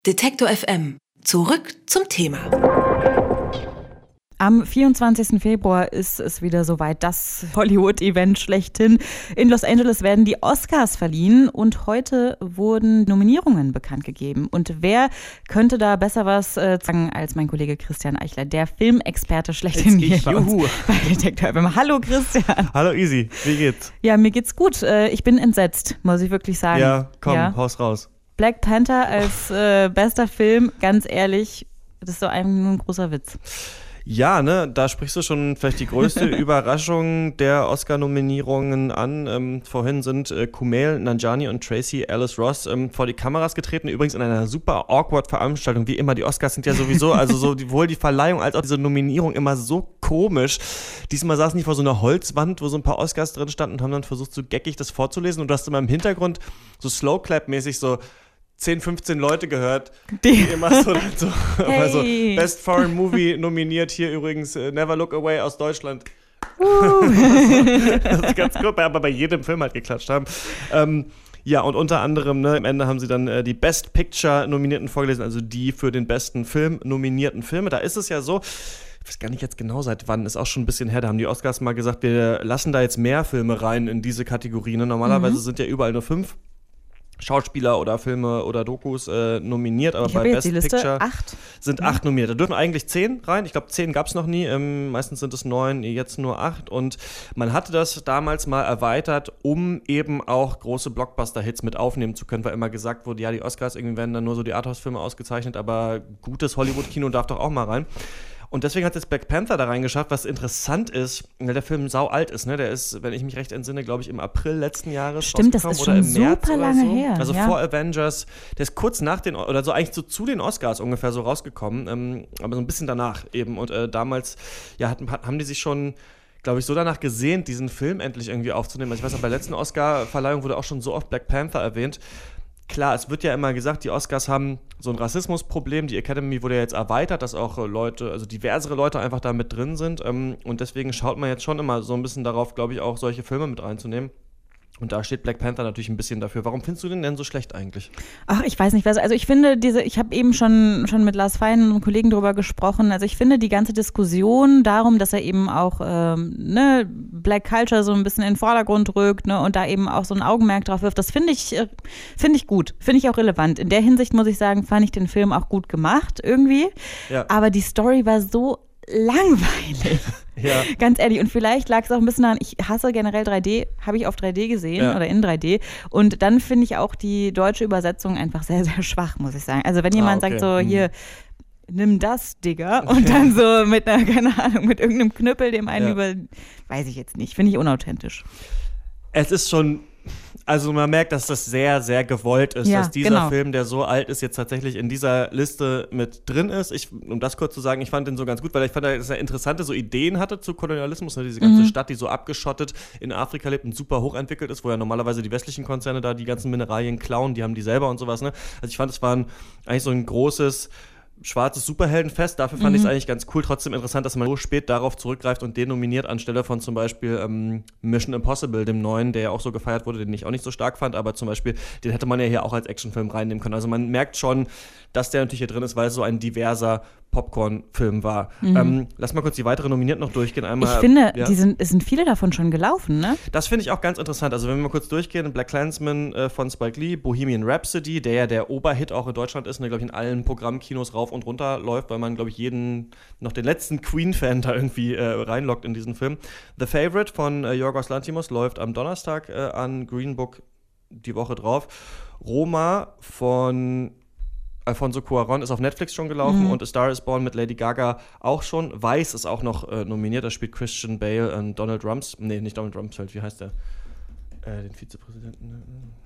Detektor FM. Zurück zum Thema. Am 24. Februar ist es wieder soweit, das Hollywood-Event schlechthin. In Los Angeles werden die Oscars verliehen und heute wurden Nominierungen bekannt gegeben. Und wer könnte da besser was sagen als mein Kollege Christian Eichler, der Filmexperte schlechthin hier bei uns bei Detektor FM. Hallo Christian. Hallo Easy, wie geht's? Ja, mir geht's gut. Ich bin entsetzt, muss ich wirklich sagen. Ja, komm, haus raus. Black Panther als bester Film, ganz ehrlich, das ist so ein großer Witz. Ja, ne, da sprichst du schon vielleicht die größte Überraschung der Oscar-Nominierungen an. Vorhin sind Kumail Nanjiani und Tracee Ellis Ross vor die Kameras getreten. Übrigens in einer super awkward Veranstaltung. Wie immer, die Oscars sind ja sowieso, also sowohl die Verleihung als auch diese Nominierung immer so komisch. Diesmal saßen die vor so einer Holzwand, wo so ein paar Oscars drin standen und haben dann versucht, so geckig das vorzulesen. Und du hast immer im Hintergrund so Slow-Clap-mäßig so 10, 15 Leute gehört, die immer so hey. Also Best Foreign Movie nominiert, hier übrigens Never Look Away aus Deutschland. Das ist ganz gut, aber bei jedem Film halt geklatscht haben. Ja, und unter anderem, ne, am Ende haben sie dann die Best Picture Nominierten vorgelesen, also die für den besten Film nominierten Filme. Da ist es ja so, ich weiß gar nicht jetzt genau seit wann, ist auch schon ein bisschen her, da haben die Oscars mal gesagt, wir lassen da jetzt mehr Filme rein in diese Kategorie. Ne? Normalerweise sind ja überall nur 5 Schauspieler oder Filme oder Dokus nominiert, aber bei Best Picture 8. sind 8 nominiert. Da dürfen eigentlich 10 rein. Ich glaube, 10 gab es noch nie. Meistens sind es 9, jetzt nur 8. Und man hatte das damals mal erweitert, um eben auch große Blockbuster-Hits mit aufnehmen zu können, weil immer gesagt wurde, ja, die Oscars irgendwie werden dann nur so die Arthouse-Filme ausgezeichnet, aber gutes Hollywood-Kino darf doch auch mal rein. Und deswegen hat jetzt Black Panther da reingeschafft, was interessant ist, weil der Film sau alt ist, ne? Der ist, wenn ich mich recht entsinne, glaube ich, im April letzten Jahres Stimmt, das ist schon super lange her. Also vor Avengers. Der ist kurz nach den, oder so eigentlich so zu den Oscars ungefähr so rausgekommen, aber so ein bisschen danach eben. Und damals, ja, haben die sich schon, glaube ich, so danach gesehnt, diesen Film endlich irgendwie aufzunehmen. Also ich weiß noch, bei der letzten Oscar-Verleihung wurde auch schon so oft Black Panther erwähnt. Klar, es wird ja immer gesagt, die Oscars haben so ein Rassismusproblem. Die Academy wurde ja jetzt erweitert, dass auch Leute, also diversere Leute einfach da mit drin sind. Und deswegen schaut man jetzt schon immer so ein bisschen darauf, glaube ich, auch solche Filme mit reinzunehmen. Und da steht Black Panther natürlich ein bisschen dafür. Warum findest du den denn so schlecht eigentlich? Ach, ich weiß nicht. Also ich finde ich habe eben schon mit Lars Fein, einem Kollegen, darüber gesprochen. Also ich finde die ganze Diskussion darum, dass er eben auch Black Culture so ein bisschen in den Vordergrund rückt, ne, und da eben auch so ein Augenmerk drauf wirft, das finde ich gut. Finde ich auch relevant. In der Hinsicht muss ich sagen, fand ich den Film auch gut gemacht irgendwie. Ja. Aber die Story war so langweilig. Ja. Ganz ehrlich. Und vielleicht lag es auch ein bisschen daran, ich hasse generell 3D, habe ich auf 3D gesehen oder in 3D. Und dann finde ich auch die deutsche Übersetzung einfach sehr, sehr schwach, muss ich sagen. Also wenn jemand sagt so, hier, nimm das, Digga, und dann so mit einer, keine Ahnung, mit irgendeinem Knüppel dem einen weiß ich jetzt nicht, finde ich unauthentisch. Es ist schon, also man merkt, dass das sehr, sehr gewollt ist, dass dieser Film, der so alt ist, jetzt tatsächlich in dieser Liste mit drin ist. Um das kurz zu sagen, ich fand den so ganz gut, weil ich fand, dass er interessante so Ideen hatte zu Kolonialismus, ne? Diese ganze Stadt, die so abgeschottet in Afrika lebt und super hochentwickelt ist, wo ja normalerweise die westlichen Konzerne da die ganzen Mineralien klauen, die haben die selber und sowas. Ne? Also ich fand, es war eigentlich so ein großes schwarzes Superheldenfest, dafür fand ich es eigentlich ganz cool. Trotzdem interessant, dass man so spät darauf zurückgreift und den nominiert anstelle von zum Beispiel Mission Impossible, dem neuen, der ja auch so gefeiert wurde, den ich auch nicht so stark fand, aber zum Beispiel, den hätte man ja hier auch als Actionfilm reinnehmen können. Also man merkt schon, dass der natürlich hier drin ist, weil es so ein diverser Popcorn-Film war. Lass mal kurz die weiteren Nominierten noch durchgehen. Einmal, ich finde, es sind viele davon schon gelaufen, ne? Das finde ich auch ganz interessant. Also wenn wir mal kurz durchgehen, BlacKkKlansman von Spike Lee, Bohemian Rhapsody, der ja der Oberhit auch in Deutschland ist, der, glaube ich, in allen Programmkinos rauf und runter läuft, weil man, glaube ich, noch den letzten Queen-Fan da irgendwie reinlockt in diesen Film. The Favorite von Yorgos Lanthimos läuft am Donnerstag an, Green Book die Woche drauf. Roma von Alfonso Cuarón ist auf Netflix schon gelaufen und A Star is Born mit Lady Gaga auch schon. Vice ist auch noch nominiert, da spielt Christian Bale und Donald Rumsfeld. Nee, nicht Donald Rumsfeld, wie heißt der? Den Vizepräsidenten.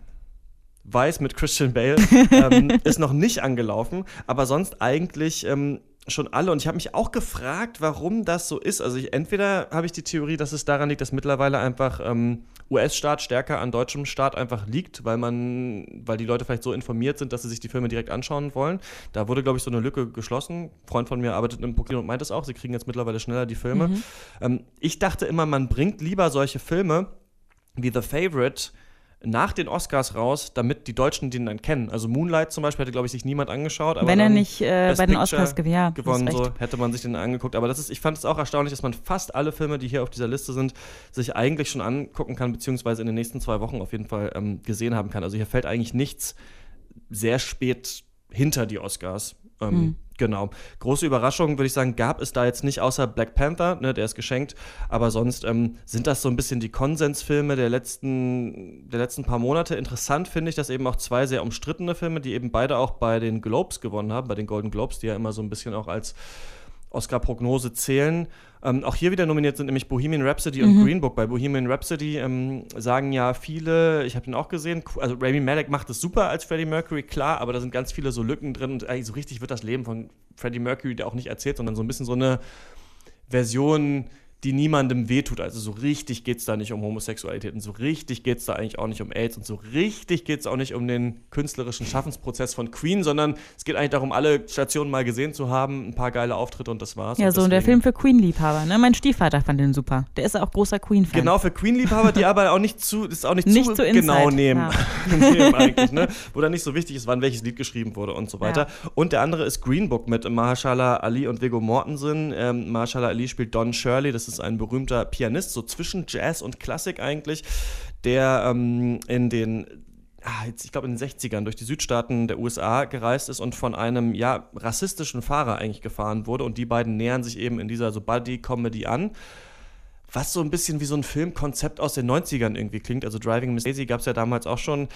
Vice mit Christian Bale ist noch nicht angelaufen, aber sonst eigentlich schon alle. Und ich habe mich auch gefragt, warum das so ist. Also entweder habe ich die Theorie, dass es daran liegt, dass mittlerweile einfach US-Staat stärker an deutschem Staat einfach liegt, weil die Leute vielleicht so informiert sind, dass sie sich die Filme direkt anschauen wollen. Da wurde, glaube ich, so eine Lücke geschlossen. Ein Freund von mir arbeitet im Kino und meint es auch, sie kriegen jetzt mittlerweile schneller die Filme. Ich dachte immer, man bringt lieber solche Filme wie The Favorite nach den Oscars raus, damit die Deutschen den dann kennen. Also Moonlight zum Beispiel hätte, glaube ich, sich niemand angeschaut. Aber wenn er nicht bei den Picture Oscars gewonnen, so hätte man sich den angeguckt. Aber ich fand es auch erstaunlich, dass man fast alle Filme, die hier auf dieser Liste sind, sich eigentlich schon angucken kann, beziehungsweise in den nächsten 2 Wochen auf jeden Fall gesehen haben kann. Also hier fällt eigentlich nichts sehr spät hinter die Oscars. Genau. Große Überraschungen, würde ich sagen, gab es da jetzt nicht, außer Black Panther, ne, der ist geschenkt. Aber sonst sind das so ein bisschen die Konsensfilme der letzten paar Monate. Interessant finde ich, dass eben auch 2 sehr umstrittene Filme, die eben beide auch bei den Globes gewonnen haben, bei den Golden Globes, die ja immer so ein bisschen auch als Oscar-Prognose zählen. Auch hier wieder nominiert sind nämlich Bohemian Rhapsody und Green Book. Bei Bohemian Rhapsody sagen ja viele, ich habe den auch gesehen, also Rami Malek macht es super als Freddie Mercury, klar, aber da sind ganz viele so Lücken drin und eigentlich so richtig wird das Leben von Freddie Mercury auch nicht erzählt, sondern so ein bisschen so eine Version, die niemandem wehtut. Also so richtig geht es da nicht um Homosexualität und so richtig geht es da eigentlich auch nicht um AIDS und so richtig geht es auch nicht um den künstlerischen Schaffensprozess von Queen, sondern es geht eigentlich darum, alle Stationen mal gesehen zu haben, ein paar geile Auftritte und das war's. Ja, so der Film für Queen-Liebhaber, ne? Mein Stiefvater fand den super. Der ist auch großer Queen-Fan. Genau, für Queen-Liebhaber, die aber auch nicht zu genau nehmen. nehmen eigentlich, ne? Wo dann nicht so wichtig ist, wann welches Lied geschrieben wurde und so weiter. Ja. Und der andere ist Green Book mit Mahershala Ali und Viggo Mortensen. Mahershala Ali spielt Don Shirley, das ist ein berühmter Pianist, so zwischen Jazz und Klassik eigentlich, der in den 60ern durch die Südstaaten der USA gereist ist und von einem rassistischen Fahrer eigentlich gefahren wurde und die beiden nähern sich eben in dieser so Buddy-Comedy an, was so ein bisschen wie so ein Filmkonzept aus den 90ern irgendwie klingt, also Driving Miss Daisy gab es ja damals auch schon.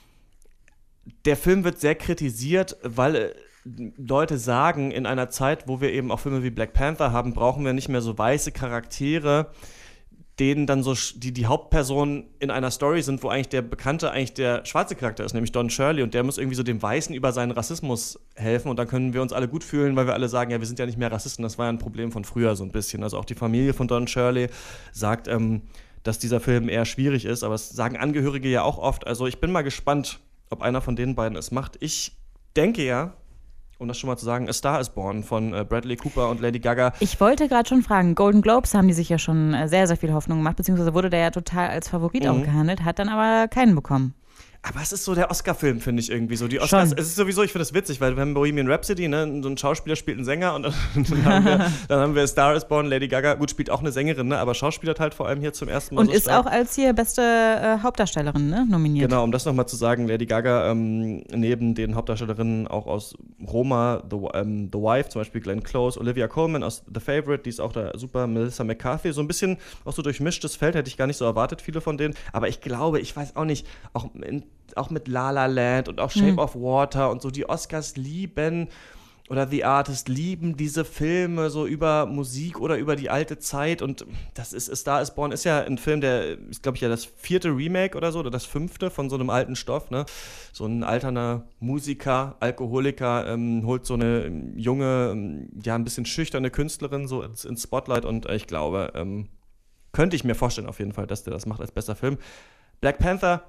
Der Film wird sehr kritisiert, weil Leute sagen, in einer Zeit, wo wir eben auch Filme wie Black Panther haben, brauchen wir nicht mehr so weiße Charaktere, denen dann so die Hauptpersonen in einer Story sind, wo eigentlich der Bekannte eigentlich der schwarze Charakter ist, nämlich Don Shirley und der muss irgendwie so dem Weißen über seinen Rassismus helfen und dann können wir uns alle gut fühlen, weil wir alle sagen, ja, wir sind ja nicht mehr Rassisten, das war ja ein Problem von früher so ein bisschen. Also auch die Familie von Don Shirley sagt, dass dieser Film eher schwierig ist, aber das sagen Angehörige ja auch oft. Also ich bin mal gespannt, ob einer von den beiden es macht. Ich denke ja, um das schon mal zu sagen, A Star is Born von Bradley Cooper und Lady Gaga. Ich wollte gerade schon fragen, Golden Globes haben die sich ja schon sehr, sehr viel Hoffnung gemacht, beziehungsweise wurde der ja total als Favorit auch gehandelt, hat dann aber keinen bekommen. Aber es ist so der Oscar-Film, finde ich irgendwie so. Die Oscars, es ist sowieso, ich finde das witzig, weil wir haben Bohemian Rhapsody, ne, so ein Schauspieler spielt einen Sänger und dann haben wir Star is Born, Lady Gaga, gut, spielt auch eine Sängerin, ne, aber schauspielert halt vor allem hier zum ersten Mal. Und so ist stark. auch als hier beste Hauptdarstellerin, ne, nominiert. Genau, um das nochmal zu sagen, Lady Gaga neben den Hauptdarstellerinnen auch aus Roma, The Wife, zum Beispiel Glenn Close, Olivia Colman aus The Favourite, die ist auch da super, Melissa McCarthy, so ein bisschen auch so durchmischtes Feld, hätte ich gar nicht so erwartet, viele von denen, aber ich glaube, ich weiß auch nicht, auch mit La La Land und auch Shape of Water und so, die Oscars lieben oder The Artist lieben diese Filme so über Musik oder über die alte Zeit und das ist A Star is Born ist ja ein Film, der ist, glaube ich, ja das 4. Remake oder so oder das 5. von so einem alten Stoff, ne? So ein alterner Musiker, Alkoholiker holt so eine junge, ein bisschen schüchterne Künstlerin so ins Spotlight und ich glaube, könnte ich mir vorstellen auf jeden Fall, dass der das macht als bester Film. Black Panther,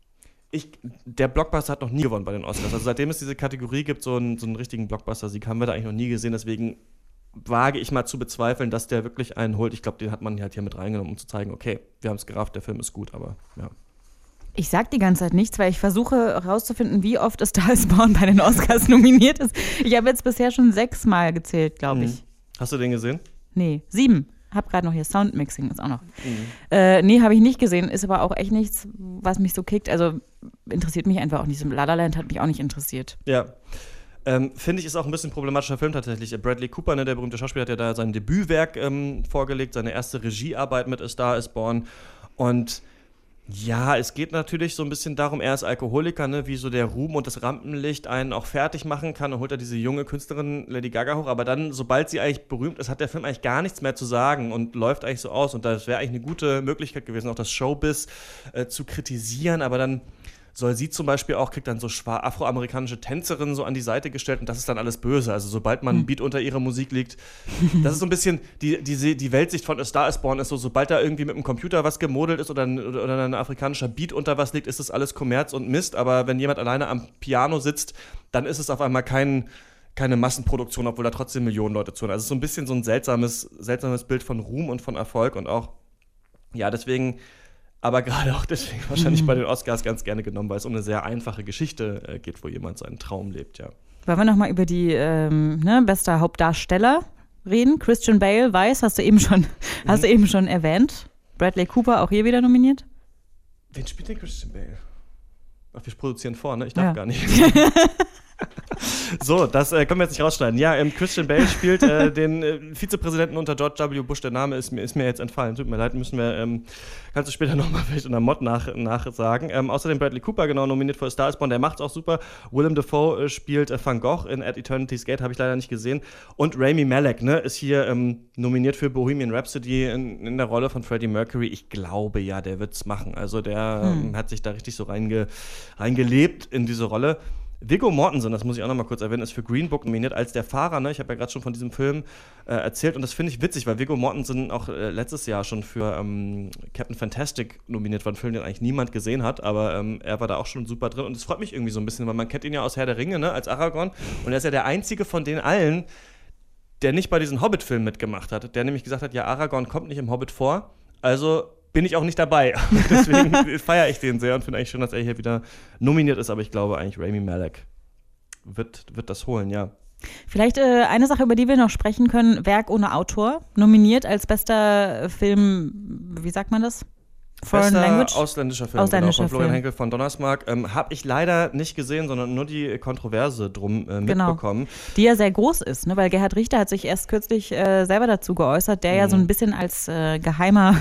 der Blockbuster hat noch nie gewonnen bei den Oscars. Also seitdem es diese Kategorie gibt, so einen richtigen Blockbuster-Sieg haben wir da eigentlich noch nie gesehen. Deswegen wage ich mal zu bezweifeln, dass der wirklich einen holt. Ich glaube, den hat man halt hier mit reingenommen, um zu zeigen, okay, wir haben es gerafft, der Film ist gut, aber ja. Ich sag die ganze Zeit nichts, weil ich versuche herauszufinden, wie oft A Star is Born bei den Oscars nominiert ist. Ich habe jetzt bisher schon 6 Mal gezählt, glaube ich. Hast du den gesehen? Nee, 7. Hab gerade noch hier Soundmixing, ist auch noch. Nee, habe ich nicht gesehen, ist aber auch echt nichts, was mich so kickt. Also interessiert mich einfach auch nicht. La La Land hat mich auch nicht interessiert. Ja. Finde ich, ist auch ein bisschen ein problematischer Film tatsächlich. Bradley Cooper, ne, der berühmte Schauspieler, hat ja da sein Debütwerk vorgelegt, seine erste Regiearbeit mit A Star is Born. Und ja, es geht natürlich so ein bisschen darum, er ist Alkoholiker, ne, wie so der Ruhm und das Rampenlicht einen auch fertig machen kann und holt er diese junge Künstlerin Lady Gaga hoch, aber dann, sobald sie eigentlich berühmt ist, hat der Film eigentlich gar nichts mehr zu sagen und läuft eigentlich so aus und das wäre eigentlich eine gute Möglichkeit gewesen, auch das Showbiz zu kritisieren, aber dann soll sie zum Beispiel auch, kriegt dann so afroamerikanische Tänzerinnen so an die Seite gestellt und das ist dann alles böse. Also sobald man ein Beat unter ihrer Musik liegt, das ist so ein bisschen, die Weltsicht von A Star is Born ist so, sobald da irgendwie mit dem Computer was gemodelt ist oder ein afrikanischer Beat unter was liegt, ist das alles Kommerz und Mist. Aber wenn jemand alleine am Piano sitzt, dann ist es auf einmal keine Massenproduktion, obwohl da trotzdem Millionen Leute zuhören. Also es ist so ein bisschen so ein seltsames Bild von Ruhm und von Erfolg und auch, ja, deswegen. aber gerade auch deswegen wahrscheinlich bei den Oscars ganz gerne genommen, weil es um eine sehr einfache Geschichte geht, wo jemand seinen Traum lebt, ja. Wollen wir nochmal über die bester Hauptdarsteller reden? Christian Bale, hast du eben schon erwähnt. Bradley Cooper auch hier wieder nominiert. Wen spielt denn Christian Bale? Ach, wir produzieren vor, ne? Ich darf gar nicht. So, das können wir jetzt nicht rausschneiden. Ja, Christian Bale spielt den Vizepräsidenten unter George W. Bush. Der Name ist mir jetzt entfallen. Tut mir leid, kannst du später nochmal vielleicht in der Mod nachsagen. Außerdem Bradley Cooper, genau, nominiert für Star is Born. Der macht's auch super. Willem Dafoe spielt Van Gogh in At Eternity's Gate, habe ich leider nicht gesehen. Und Rami Malek, ne, ist hier nominiert für Bohemian Rhapsody in der Rolle von Freddie Mercury. Ich glaube, ja, der wird's machen. Also der hat sich da richtig so reingelebt in diese Rolle. Viggo Mortensen, das muss ich auch noch mal kurz erwähnen, ist für Green Book nominiert als der Fahrer. Ne? Ich habe ja gerade schon von diesem Film erzählt und das finde ich witzig, weil Viggo Mortensen auch letztes Jahr schon für Captain Fantastic nominiert war, ein Film, den eigentlich niemand gesehen hat, aber er war da auch schon super drin und das freut mich irgendwie so ein bisschen, weil man kennt ihn ja aus Herr der Ringe, ne? Als Aragorn und er ist ja der einzige von den allen, der nicht bei diesen Hobbit-Filmen mitgemacht hat, der nämlich gesagt hat, ja, Aragorn kommt nicht im Hobbit vor, also bin ich auch nicht dabei. Deswegen feiere ich den sehr und finde eigentlich schön, dass er hier wieder nominiert ist. Aber ich glaube eigentlich, Rami Malek wird das holen, ja. Vielleicht eine Sache, über die wir noch sprechen können. Werk ohne Autor. Nominiert als bester Film, wie sagt man das? Foreign Language? Ausländischer Film, genau, von Florian Henkel von Donnersmarck. Habe ich leider nicht gesehen, sondern nur die Kontroverse drum mitbekommen. Die ja sehr groß ist, ne? Weil Gerhard Richter hat sich erst kürzlich selber dazu geäußert, der ja so ein bisschen als geheimer,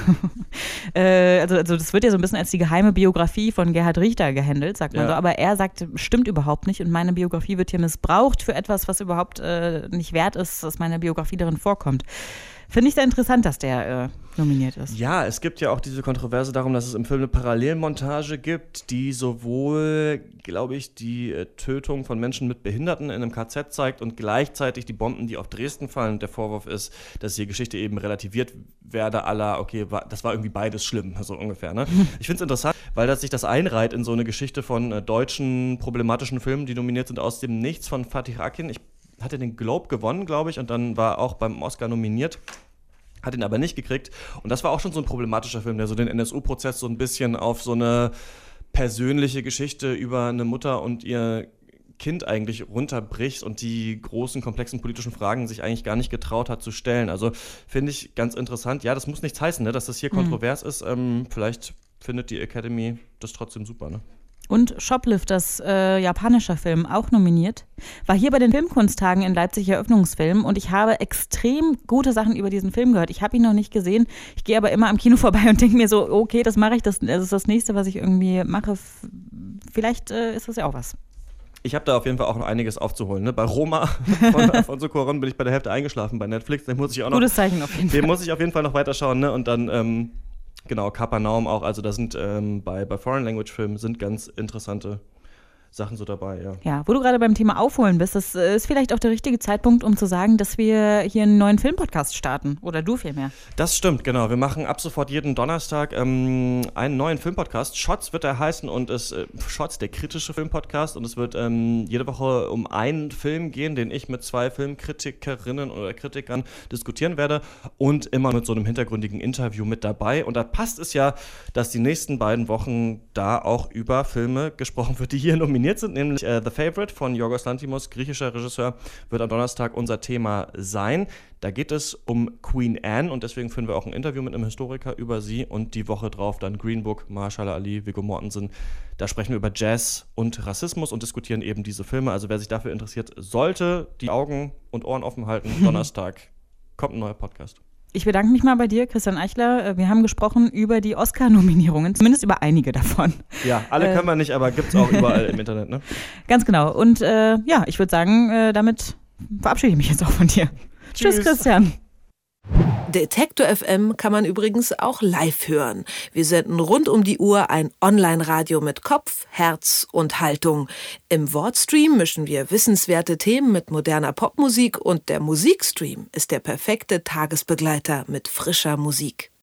also das wird ja so ein bisschen als die geheime Biografie von Gerhard Richter gehandelt, sagt man so. Aber er sagt, stimmt überhaupt nicht und meine Biografie wird hier missbraucht für etwas, was überhaupt nicht wert ist, dass meine Biografie darin vorkommt. Finde ich sehr interessant, dass der nominiert ist. Ja, es gibt ja auch diese Kontroverse darum, dass es im Film eine Parallelmontage gibt, die sowohl, glaube ich, die Tötung von Menschen mit Behinderten in einem KZ zeigt und gleichzeitig die Bomben, die auf Dresden fallen. Und der Vorwurf ist, dass die Geschichte eben relativiert werde, okay, das war irgendwie beides schlimm, so ungefähr. Ne? Ich finde es interessant, weil sich das einreiht in so eine Geschichte von deutschen problematischen Filmen, die nominiert sind aus dem Nichts von Fatih Akin. Hatte den Globe gewonnen, glaube ich, und dann war auch beim Oscar nominiert, hat ihn aber nicht gekriegt. Und das war auch schon so ein problematischer Film, der so den NSU-Prozess so ein bisschen auf so eine persönliche Geschichte über eine Mutter und ihr Kind eigentlich runterbricht und die großen, komplexen politischen Fragen sich eigentlich gar nicht getraut hat zu stellen. Also finde ich ganz interessant. Ja, das muss nichts heißen, ne, dass das hier kontrovers ist. Vielleicht findet die Academy das trotzdem super, ne? Und Shoplifters, japanischer Film, auch nominiert. War hier bei den Filmkunsttagen in Leipzig Eröffnungsfilm und ich habe extrem gute Sachen über diesen Film gehört. Ich habe ihn noch nicht gesehen. Ich gehe aber immer am Kino vorbei und denke mir so, okay, das mache ich, das ist das Nächste, was ich irgendwie mache. Vielleicht ist das ja auch was. Ich habe da auf jeden Fall auch noch einiges aufzuholen. Ne? Bei Roma von Alfonso Cuarón bin ich bei der Hälfte eingeschlafen bei Netflix. Den muss ich auch noch, gutes Zeichen auf jeden Fall. Den muss ich auf jeden Fall noch weiterschauen. Ne? Und dann genau, Kapernaum auch, also da sind bei Foreign Language Filmen sind ganz interessante Sachen so dabei, ja. Ja, wo du gerade beim Thema Aufholen bist, das ist vielleicht auch der richtige Zeitpunkt, um zu sagen, dass wir hier einen neuen Filmpodcast starten. Oder du vielmehr. Das stimmt, genau. Wir machen ab sofort jeden Donnerstag einen neuen Filmpodcast. Shots wird er heißen und Shots, der kritische Filmpodcast. Und es wird jede Woche um einen Film gehen, den ich mit 2 Filmkritikerinnen oder Kritikern diskutieren werde. Und immer mit so einem hintergründigen Interview mit dabei. Und da passt es ja, dass die nächsten beiden Wochen da auch über Filme gesprochen wird, die hier nominiert sind, nämlich The Favourite von Yorgos Lanthimos, griechischer Regisseur, wird am Donnerstag unser Thema sein. Da geht es um Queen Anne und deswegen führen wir auch ein Interview mit einem Historiker über sie und die Woche drauf dann Green Book, Mahershala Ali, Viggo Mortensen. Da sprechen wir über Jazz und Rassismus und diskutieren eben diese Filme. Also wer sich dafür interessiert, sollte die Augen und Ohren offen halten. Donnerstag kommt ein neuer Podcast. Ich bedanke mich mal bei dir, Christian Eichler. Wir haben gesprochen über die Oscar-Nominierungen, zumindest über einige davon. Ja, alle können wir nicht, aber gibt es auch überall im Internet, ne? Ganz genau. Und ich würde sagen, damit verabschiede ich mich jetzt auch von dir. Tschüss, Christian. Detektor FM kann man übrigens auch live hören. Wir senden rund um die Uhr ein Online-Radio mit Kopf, Herz und Haltung. Im Wortstream mischen wir wissenswerte Themen mit moderner Popmusik und der Musikstream ist der perfekte Tagesbegleiter mit frischer Musik.